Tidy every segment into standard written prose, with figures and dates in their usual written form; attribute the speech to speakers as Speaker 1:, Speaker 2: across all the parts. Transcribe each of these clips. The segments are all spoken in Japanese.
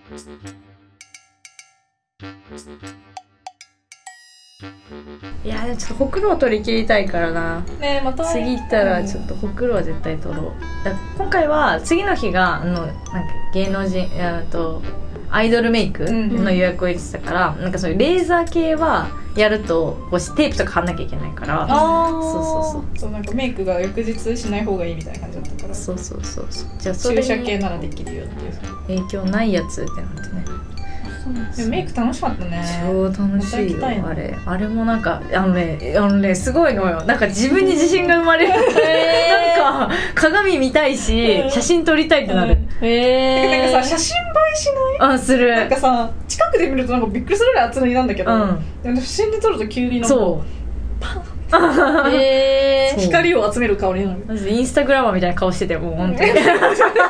Speaker 1: いやでもちょっとほくろを取り切りたいからな。
Speaker 2: ね、また
Speaker 1: 次行ったらちょっとほくろは絶対取ろう。だ今回は次の日がなんか芸能人アイドルメイクの予約を入れてたから、なんかそういうレーザー系はやるとこうテープとか貼んなきゃいけないから、
Speaker 2: そうなんかメイクが翌日しない方がいいみたいな感じだったから、
Speaker 1: そうじゃあそれ
Speaker 2: 注射系ならできるよっていう
Speaker 1: 影響ないやつってなってね。
Speaker 2: でもメイク楽しかったね。
Speaker 1: 超楽しいよあれもなんかあのねすごいのよ。なんか自分に自信が生まれるなんか鏡見たいし写真撮りたいってなる。
Speaker 2: なんかさ写真映えしない？
Speaker 1: あ、する。
Speaker 2: なんかさ近くで見るとなんかびっくりするぐらい厚塗りなんだけど、でも写真で撮ると急になんかパン光を集める香りなの。
Speaker 1: インスタグラマーみたいな顔しててもう本当にインフルエンサー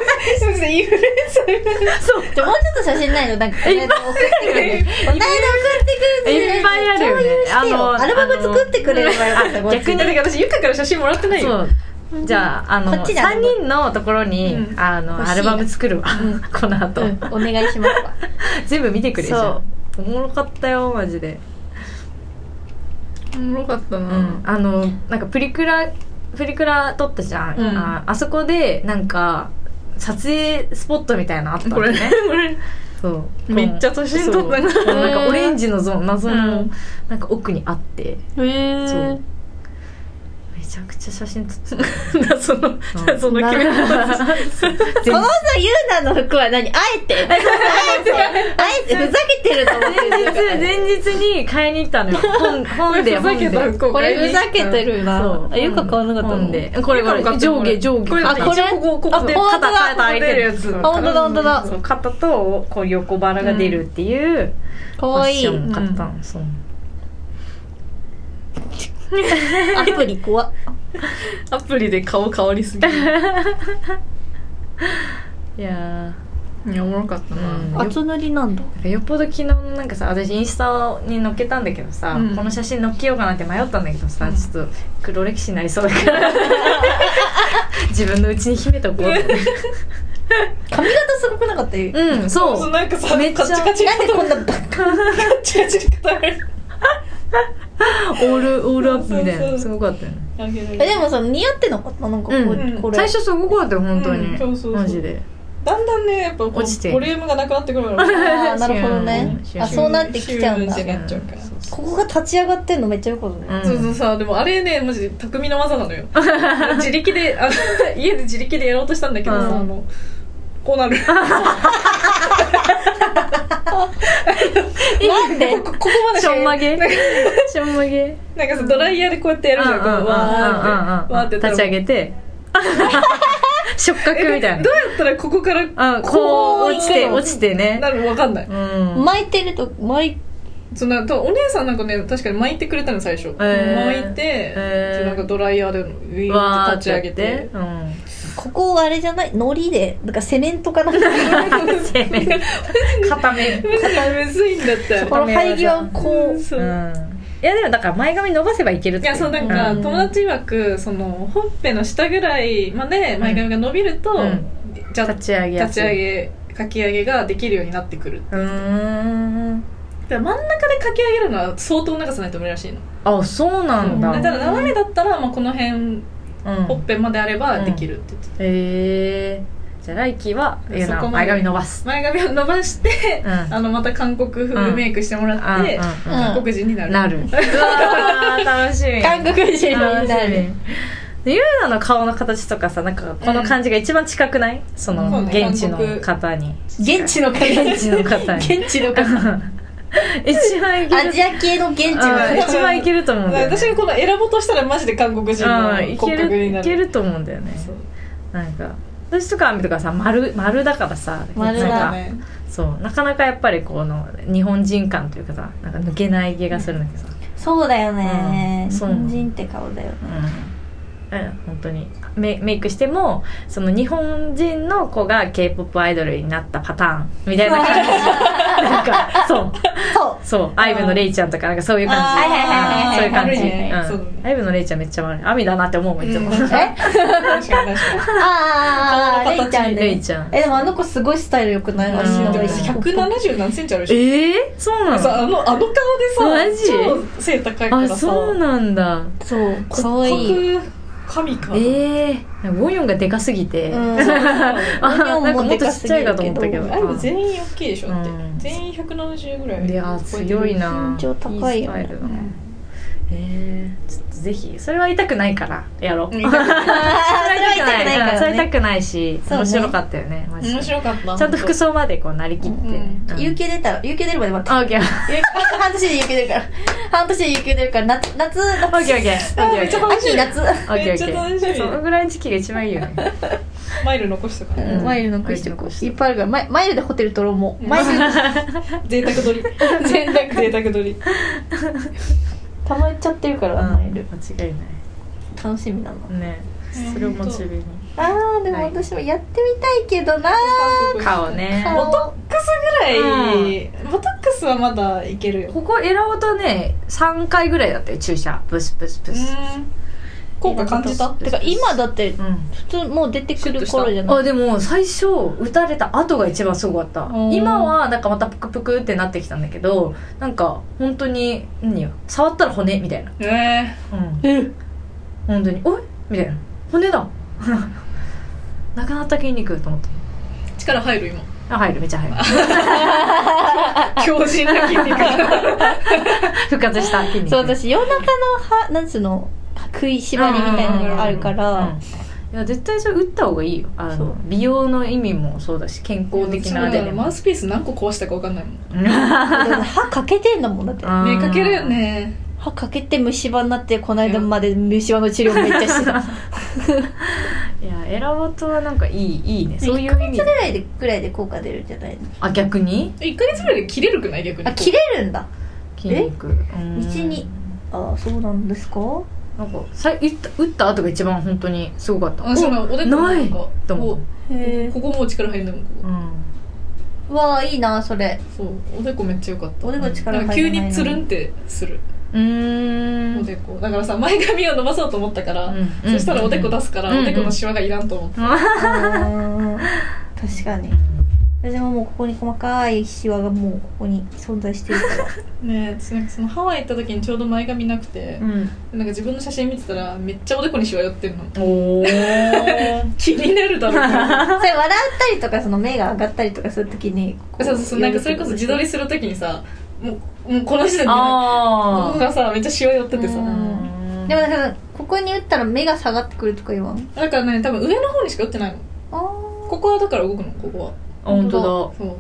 Speaker 3: そうじゃもうちょっと写真ないのなんか送ってくるいっ
Speaker 1: ぱいあるよね。
Speaker 3: アルバム作ってくれればよかった。
Speaker 1: 逆に
Speaker 2: 私ゆかから写真もらってないよ。
Speaker 1: じゃあ3人のところにアルバム作るわこの後
Speaker 3: お願いしますわ。
Speaker 1: 全部見てくれじゃん。おもろかったよマジで。
Speaker 2: おもろかったな。
Speaker 1: なんかプリクラ撮ったじゃん。あそこでなんか撮影スポットみたいなのあったんだね。そう
Speaker 2: めっちゃ写真撮った
Speaker 1: なんかオレンジの謎のなんか奥にあって、そうめちゃくちゃ写真撮ってた。その決め方。このさ
Speaker 3: ユーナの服は何？あえてふざけてると思って
Speaker 1: 前日に買いに行ったのよ。本で
Speaker 3: これふざけてるな。よく買わなかったの
Speaker 1: で。これ上下。
Speaker 2: これ
Speaker 1: ここで肩開いてるやつ。
Speaker 3: 本当だ。
Speaker 1: 肩とこう横腹が出るっていう
Speaker 3: かわいい。
Speaker 1: ファッションを買ったの。そう。
Speaker 3: アプリ怖っ。
Speaker 2: アプリで顔変わりすぎる。
Speaker 1: いや
Speaker 2: おもろかったな。
Speaker 3: 厚塗りなんだ。
Speaker 1: よっぽど昨日なんかさ、私インスタに載っけたんだけどさ、この写真載っけようかなって迷ったんだけどさ、ちょっと黒歴史になりそうだから自分のうちに秘めとこうと思って。
Speaker 3: 髪型すごくなかったよ。
Speaker 1: そう
Speaker 2: なんかさ
Speaker 1: めっちゃ
Speaker 3: なんでこんなバカ
Speaker 2: チカチカ固める
Speaker 1: オールアップみたいな。すごかったよね。
Speaker 3: でもさ似合ってなかったなんかこれ
Speaker 1: 最初すごかったよ本当に。マジで
Speaker 2: だんだんねやっぱボリュームがなくなってくるから。
Speaker 3: なるほどね。そうなってきちゃうんだ。
Speaker 2: シューンってなっちゃうから
Speaker 3: ここが立ち上がってんのめっちゃよかったね。
Speaker 2: そうさでもあれねマジで匠の技なのよ。自力で家で自力でやろうとしたんだけどさこうなる。
Speaker 3: なんで
Speaker 2: ここまで
Speaker 1: ちょんまげなんか
Speaker 2: さドライヤーでこうやってやるじゃん。わーって
Speaker 1: 立ち上げて触覚みたいな。
Speaker 2: どうやったらここから
Speaker 1: こう落ちてね
Speaker 2: なるの分かんない。
Speaker 3: 巻いてるとお姉
Speaker 2: さんなんかね確かに巻いてくれたの最初。巻いてなんかドライヤーでウィーンって立ち上げて。
Speaker 3: ここあれじゃない海苔でなんかセメントかな。
Speaker 1: 固め
Speaker 2: むずいんだったよ。
Speaker 3: この生え際をこう。
Speaker 1: いやでもだから前髪伸ばせばいけるって。
Speaker 2: いやそうなんか友達曰くそのほっぺの下ぐらいまで前髪が伸びるとじゃあ立ち上げかき上げができるようになってくる。だから真ん中でかき上げるのは相当長さないと無理らしいの。
Speaker 1: あ、そうなんだ。
Speaker 2: ただ斜めだったらこの辺ほっぺまであればできるって言ってた。
Speaker 1: じゃあ来期は前髪伸ばす。
Speaker 2: 前髪を伸ばして、また韓国風メイクしてもらって、韓国人になる。うわ
Speaker 1: ー楽しみ。
Speaker 3: 韓国人になる。
Speaker 1: ゆうなの顔の形とかさ、なんかこの感じが一番近くない？その現地の方に。
Speaker 3: 現地の方に。
Speaker 1: 一番いける。
Speaker 3: アジア系の現地の方。
Speaker 1: 一番いけると思うんだよね。
Speaker 2: 私がこの選ぼうとしたらマジで韓国人の骨格になる。
Speaker 1: いけると思うんだよね。なんか私とかアミとかさ丸だからさ、
Speaker 3: 丸だね。
Speaker 1: そうなかなかやっぱりこの日本人感というかさ、なんか抜けない気がするんだけどさ。
Speaker 3: そうだよね。日本人って顔だよね。
Speaker 1: 本当にメイクしてもその日本人の子が K-POP アイドルになったパターンみたいな感じ。 なんかそうアイブのレイちゃんとかなんかそういう感じ、そういう感じ、アイブのレイちゃんめっちゃ悪い、アミだなって思うもんいつも。
Speaker 2: 確かに
Speaker 1: レイちゃん
Speaker 3: でもあの子すごいスタイル良くない？足の
Speaker 2: 170何センチあるし、
Speaker 1: そうなの？
Speaker 2: あの顔でさ、
Speaker 1: マジ？
Speaker 2: 超背高いからさ、
Speaker 1: そうなんだ。
Speaker 3: そうかわいい。
Speaker 2: 神か。
Speaker 1: ウォニョンがでかすぎて、なんかもっとちっちゃいかと思ったけど、
Speaker 2: あれ全員大きいでしょって、全員170ぐらい。
Speaker 1: いや強いな、
Speaker 3: 身長高いよね。
Speaker 1: ちょっとぜひそれは痛くないからやろう。それ
Speaker 3: は
Speaker 1: 痛くないし面白かったよね。
Speaker 2: 面白かった。
Speaker 1: ちゃんと服装までこうなりきって。
Speaker 3: 有給出るまで待って。
Speaker 1: オッケー。
Speaker 3: 半年で有給出るから。夏。
Speaker 1: オッケー。
Speaker 3: 秋夏。
Speaker 1: オッケー。そのぐらいの時期が一番いいよね。
Speaker 2: マイル残したから。
Speaker 3: マイル残していっぱいあるからマイルでホテル取ろうもう。マイル
Speaker 2: 贅沢取り。
Speaker 3: 溜まっちゃってるからマイル。
Speaker 1: 間違いない。楽しみなの
Speaker 3: ね。
Speaker 1: それをモチベに。
Speaker 3: でも私もやってみたいけどな。
Speaker 1: 顔ね。
Speaker 2: ボトックスぐらい。ボトックスはまだいけるよ。
Speaker 1: ここエラオタね3回ぐらいだったよ、注射。ブス。
Speaker 2: 効果感じた？
Speaker 3: てか今だって普通もう出てくる頃じゃない？
Speaker 1: でも最初打たれた後が一番すごかった。今はなんかまたプクプクってなってきたんだけど、なんか本当に触ったら骨みたいな。本当においみたいな、骨だなくなった筋肉と思った。
Speaker 2: 力入る今？
Speaker 1: 入る、めっちゃ入る。
Speaker 2: 強靭な筋肉
Speaker 1: 復活した筋肉。
Speaker 3: そう、私夜中のなんつうの食いしばりみたいなのがあるから、
Speaker 1: いや絶対それ打った方がいいよ。美容の意味もそうだし健康的な
Speaker 2: でマウスピース何個壊したか分かんないもん。
Speaker 3: 歯かけてんだもんだって。
Speaker 2: ね、かけるよね。
Speaker 3: 歯かけて虫歯になって、この間まで虫歯の治療めっちゃしてた。
Speaker 1: いやエラボトはなんかいいね。そういう意味
Speaker 3: 1ヶ月ぐらいで効果出るんじゃないの？
Speaker 1: 逆に
Speaker 2: 1ヶ月ぐらいで切れるくない？逆に
Speaker 3: 切れるんだ
Speaker 1: 筋肉。
Speaker 3: にそうなんですか？
Speaker 1: なんか打った後が一番本当にすごかった。
Speaker 2: おでこ
Speaker 1: ないと思う。
Speaker 2: ここもう力入んないもん。こ
Speaker 3: こわいいなそれ。
Speaker 2: そうおでこめっちゃ良かった。
Speaker 3: おでこ力入んない。
Speaker 2: 急につるんってする。おでこだからさ、前髪を伸ばそうと思ったから、そしたらおでこ出すから、おでこのシワがいらんと思って。
Speaker 3: 確かに。私ももうここに細かいシワがもうここに存在してるから
Speaker 2: ね。なんかそのハワイ行った時にちょうど前髪なくて、なんか自分の写真見てたらめっちゃおでこにシワ寄ってんの。気になるだろうな。
Speaker 3: それ笑ったりとか、その目が上がったりとかする時に
Speaker 2: そうなんかそれこそ自撮りする時にさ、もうこの時点でここがさめっちゃシワ寄っててさ。で
Speaker 3: もだからここに打ったら目が下がってくるとか言わん？
Speaker 2: だからね、多分上の方にしか打ってないの。ここはだから動くの、ここは。
Speaker 1: 本当だ。
Speaker 2: そう 。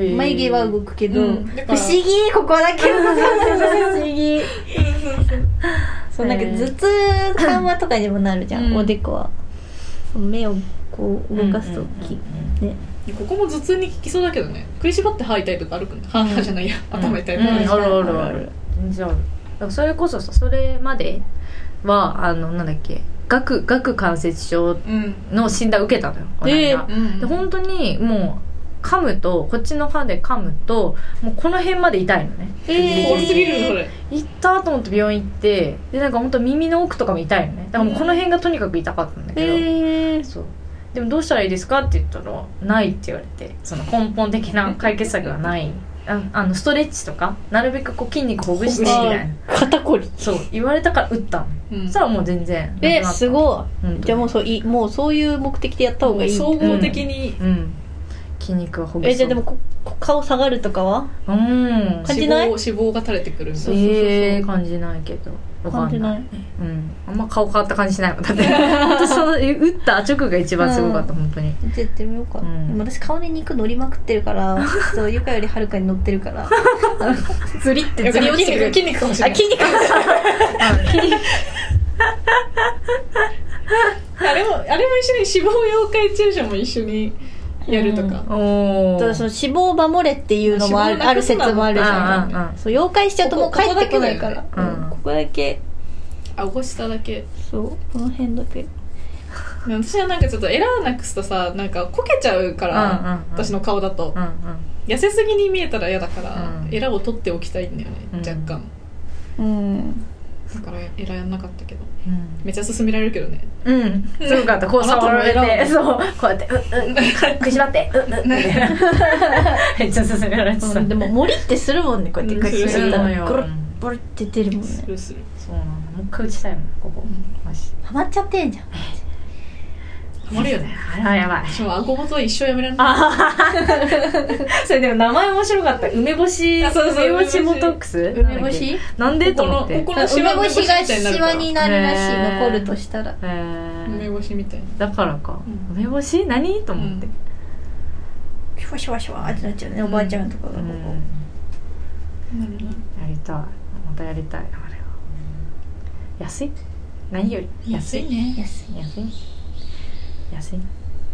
Speaker 3: 眉毛は動くけど、不思議、ここだけ不思議。そうなんか頭痛緩和とかにもなるじゃん、おでこは。目をこう動かすときね。
Speaker 2: ここも頭痛に効きそうだけどね。食いしばって歯痛いとか歩くの。歯じゃないや、頭痛いとか。
Speaker 1: ある。じゃあそれこそさ、それまではなんだっけ。顎関節症の診断受けたのよ、この間。で本当にもう噛むと、こっちの歯で噛むともうこの辺まで痛いのね。
Speaker 2: 怖すぎるそれ。
Speaker 1: 行ったと思って病院行って、でなんか本当耳の奥とかも痛いのね。だからもうこの辺がとにかく痛かったんだけど、そうでもどうしたらいいですかって言ったらないって言われて、その根本的な解決策がない。ストレッチとかなるべくこう筋肉ほぐしてみたいな
Speaker 3: 肩こり
Speaker 1: そう言われたから打ったの。そしたらもう全然
Speaker 3: すごい。じゃあもうそういう目的でやった方がいい。
Speaker 2: 総合的に
Speaker 1: 筋肉はほぐす。
Speaker 3: じゃあでも顔下がるとかは感じない？
Speaker 2: 脂肪が垂れてくるみたい
Speaker 1: な。感じないけど。
Speaker 3: 感じない。
Speaker 1: あんま顔変わった感じしないもん。だって本当その打った直後が一番すごかった本当に。
Speaker 3: やってみようか。でも私顔に肉乗りまくってるから、そうゆかよりはるかに乗ってるから。
Speaker 1: ずりってずり落ちてくる。
Speaker 2: 筋肉かもしれない。
Speaker 3: 筋肉。
Speaker 2: あれも一緒に脂肪溶解注射も一緒にやるとか。
Speaker 3: その脂肪を守れっていうのもある説もあるじゃん。そう溶解しちゃうともう帰ってこないから。ここだけ。
Speaker 2: 顎下だけ。
Speaker 3: そうこの辺だけ。
Speaker 2: 私はなんかちょっとエラーなくすとさなんかこけちゃうから、私の顔だと、痩せすぎに見えたら嫌だから、エラを取っておきたいんだよね、若干。だからエラやんなかったけど、めっちゃ勧められるけどね。
Speaker 1: すごかった。こう触られて、そうこうやって食いしばってめっちゃ勧められてた。
Speaker 3: でも森ってするもんね、こうやって食いしばったらゴロッボロって出るもんね。
Speaker 2: する
Speaker 1: そうなの。もう一回打ちたいもんここ。
Speaker 3: ハマっちゃってんじゃん。
Speaker 2: ハマるよね。
Speaker 1: あやばい。
Speaker 2: しかも顎元は一生やめられない。
Speaker 1: それでも名前面白かった。梅干しボトックス。
Speaker 3: 梅干し？
Speaker 1: なんでと思って。
Speaker 3: 梅干しがシワになるらしい。残るとしたら。
Speaker 2: 梅干しみたいな。
Speaker 1: だからか。梅干し何と思って。
Speaker 3: シュワシュワシュワってなっちゃうね。おばあちゃんとかがここ。
Speaker 1: やりたい。またやりたい。あれは。安い？何より
Speaker 2: 安いね。
Speaker 1: 安い。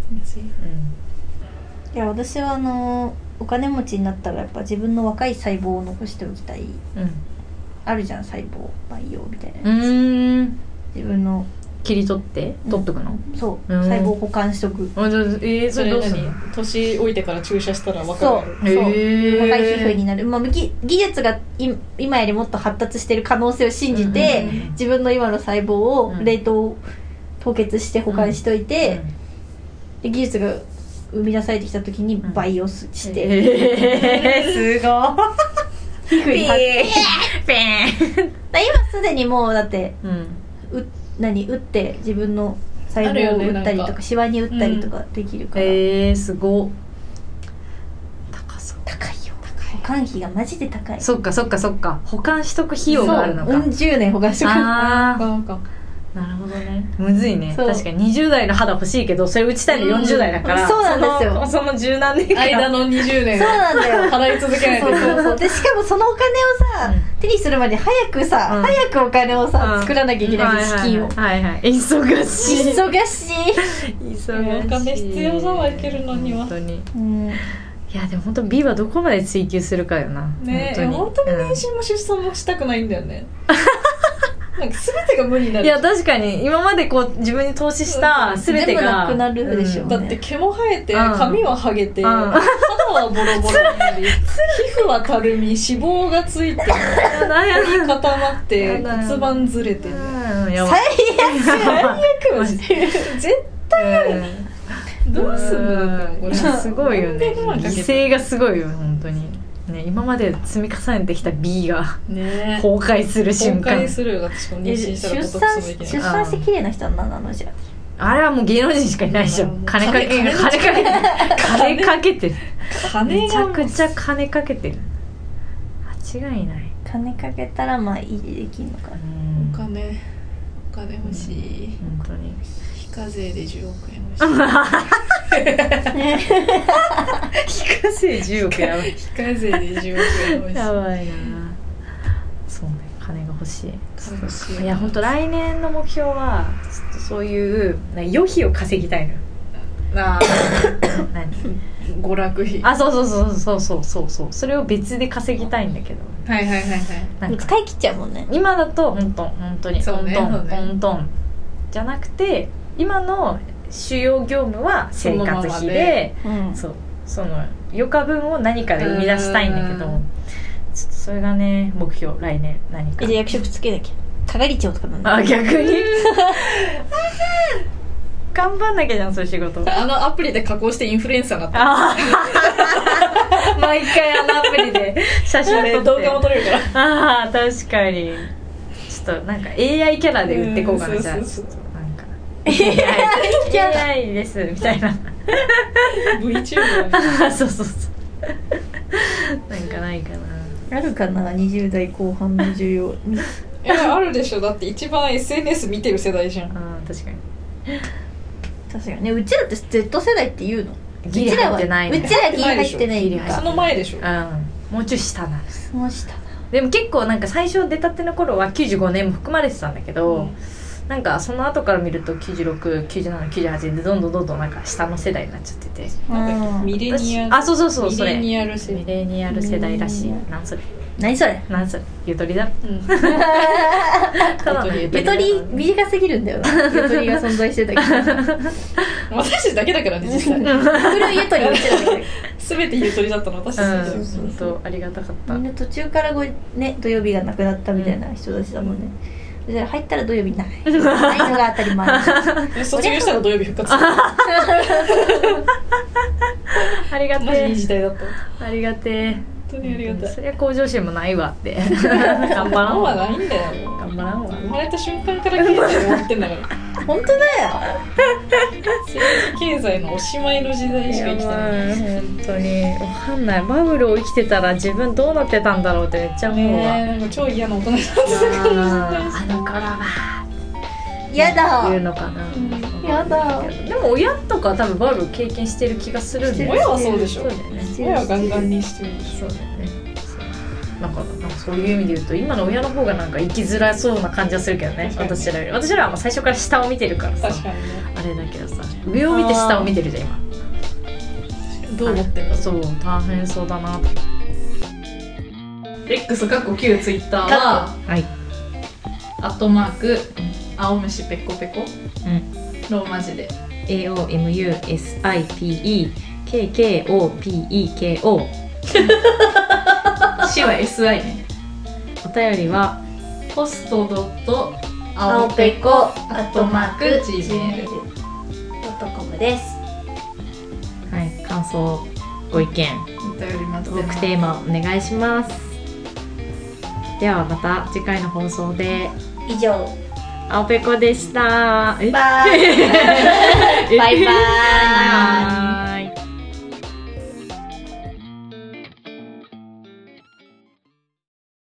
Speaker 3: いや私はお金持ちになったらやっぱ自分の若い細胞を残しておきたい、あるじゃん、細胞培養みたいなやつ。自分の
Speaker 1: 切り取って取っとくの？
Speaker 3: そう、細胞保管しとく。
Speaker 1: それどうするの？
Speaker 2: 年老いてから注射したら分かる。
Speaker 3: そう若い皮膚になる。技術が今よりもっと発達してる可能性を信じて、自分の今の細胞を凍結して保管しといて、で技術が生み出されてきた時に培養して、
Speaker 1: すごい皮膚に貼って
Speaker 3: 今すでにもうだって、打って自分の細胞を打ったりとか、シワに打ったりとかできるから、
Speaker 1: すごい
Speaker 3: 高いよ。保管費がマジで高い。
Speaker 1: そっか保管しとく費用があるのか。
Speaker 3: 10年保管しとく。
Speaker 1: なるほどね。むずいね。確かに20代の肌欲しいけどそれ打ちたいの40代だから、
Speaker 3: そうなんですよ。
Speaker 1: その十何年
Speaker 2: 間の20年
Speaker 3: そうなんだよ。
Speaker 2: 払い続けないと。
Speaker 3: そうでしかもそのお金をさ、手にするまで早くお金を作らなきゃいけない資金を。
Speaker 1: 忙しい。
Speaker 2: お金必要だわ、生きるのには。
Speaker 1: 本当に。いやでも本当美はどこまで追求するかよな。
Speaker 2: ねえ、本当に妊娠も出産もしたくないんだよね。なんか全てが無になる。
Speaker 1: いや確かに今までこう自分に投資した全てが
Speaker 3: なくなるでしょ。
Speaker 2: だって毛も生えて、髪は剥げて、肌はボロボロになり、皮膚はたるみ、脂肪がついて、固まって骨盤ずれて、
Speaker 3: 最悪マジで。
Speaker 2: 絶対やる。どうすんのこれ。
Speaker 1: すごいよね。犠牲がすごいよ本当に。ね、今まで積み重ねてきた B が崩壊する瞬間。
Speaker 2: 崩壊する。私も妊娠したらボトックスもいけない。
Speaker 3: 出産して綺麗な人は何なのじゃ
Speaker 1: あれはもう芸能人しかいないじゃん。金かけてる。めちゃくちゃ金かけてる。間違いない。
Speaker 3: 金かけたらまあ維持できるのかな。
Speaker 2: お金欲しい。
Speaker 1: 本当に。
Speaker 2: 非課税で10億円欲しい。
Speaker 1: 非課税10億やばい。
Speaker 2: 非課税で10億円欲しい。
Speaker 1: やばいな。そうね、金が欲しい。いや本当来年の目標はちょっとそういう余費を稼ぎたいのよ。
Speaker 2: 娯楽費。
Speaker 1: そうそれを別で稼ぎたいんだけど。
Speaker 3: 使い切っちゃうもんね。
Speaker 1: 今だと本当にトントンじゃなくて、今の主要業務は生活費で、その余暇分を何かで生み出したいんだけど、ちょっとそれがね目標。来年何か。
Speaker 3: じゃあ役職つけなきゃ。係長とかなんだ。
Speaker 1: 逆に頑張んなきゃじゃん、そういう仕事。
Speaker 2: アプリで加工してインフルエンサーになった。
Speaker 1: 毎回アプリで写真撮って
Speaker 2: 動画も撮れるから。
Speaker 1: 確かに。ちょっとなんか AI キャラで売っていこうかな。じゃあAI ですみたいな。
Speaker 2: VTuber
Speaker 1: そうなんかないかな。
Speaker 3: あるかな、20代後半の需要。
Speaker 2: あるでしょ。だって一番 SNS 見てる世代じゃん。
Speaker 1: 確かに
Speaker 3: ね。うちらって Z 世代って言うの？
Speaker 1: ギリ入ってない。
Speaker 3: うちらギリ入ってない。
Speaker 2: その前でしょ。
Speaker 1: もうちょい下なの。
Speaker 3: もう下だ。
Speaker 1: でも結構なんか最初出たての頃は95年も含まれてたんだけど、 なんかその後から見ると96、97、98でどんどんなんか下の世代になっちゃってて、
Speaker 2: ミレニアル、
Speaker 1: あ、そうそれ
Speaker 2: ミレニアル世代、
Speaker 1: ミレニアル世代らしい。なんそれ
Speaker 3: 何それ
Speaker 1: ゆとりだ。
Speaker 3: ただゆとり短すぎるんだよな。ゆとりが存在してたけど
Speaker 2: 私たちだけだからね、実際
Speaker 3: 古いゆとりうちらだけ
Speaker 2: 全てゆとりだったの私たちだけ。
Speaker 1: そうありがたかった。
Speaker 3: みんな途中からね、土曜日がなくなったみたいな人たちだもんね。じゃあ入ったら土曜日ないのが当たり前。
Speaker 2: 卒業したら土曜日復活。
Speaker 1: ありがて
Speaker 2: マジいい時代だった。
Speaker 1: ありがてえ。
Speaker 2: 本当にありがたい。
Speaker 1: そりゃ向上心もないわって頑張らんわ。
Speaker 2: ないんだよ。
Speaker 1: 頑張らんわ。
Speaker 2: 生まれた瞬間から経済終わってんだから。
Speaker 3: 本当だよ。
Speaker 2: 政治経済のおしまいの時代しか生きてない。
Speaker 1: 本当にわかんない。バブルを生きてたら自分どうなってたんだろうってめっちゃ思うわ。
Speaker 2: なんか超嫌な大人になってたかもしれない。
Speaker 1: あの頃は
Speaker 3: やだ
Speaker 1: 言うのかな。
Speaker 3: やだ。
Speaker 1: でも親とか多分バブル経験してる気がするんで。
Speaker 2: 親はそうでしょ。
Speaker 1: そうだよね。
Speaker 2: 親はガンガンにしてるでしょ。
Speaker 1: そうだよね。なんかそういう意味で言うと今の親の方がなんか生きづらそうな感じはするけどね。私らより。私らはもう最初から下を見てるからさ。
Speaker 2: 確かにね。
Speaker 1: あれだけどさ、上を見て下を見てるじゃん今。
Speaker 2: どう思ってんの？
Speaker 1: そう大変そうだなと。
Speaker 2: X かっこ旧ツイッターは
Speaker 1: はい
Speaker 2: @青虫ペコペコ、ローマ字で
Speaker 1: AOMUSIPEKKOPEKO
Speaker 2: C は SI ね。
Speaker 1: お便りは
Speaker 2: ホスト青ペコ@gmail.com
Speaker 3: です。
Speaker 1: はい、感想ご意見
Speaker 2: お便り待ってます。
Speaker 1: トークテーマお願いします。ではまた次回の放送で。
Speaker 3: 以上、
Speaker 1: 青ペコでした。
Speaker 3: バイバイ。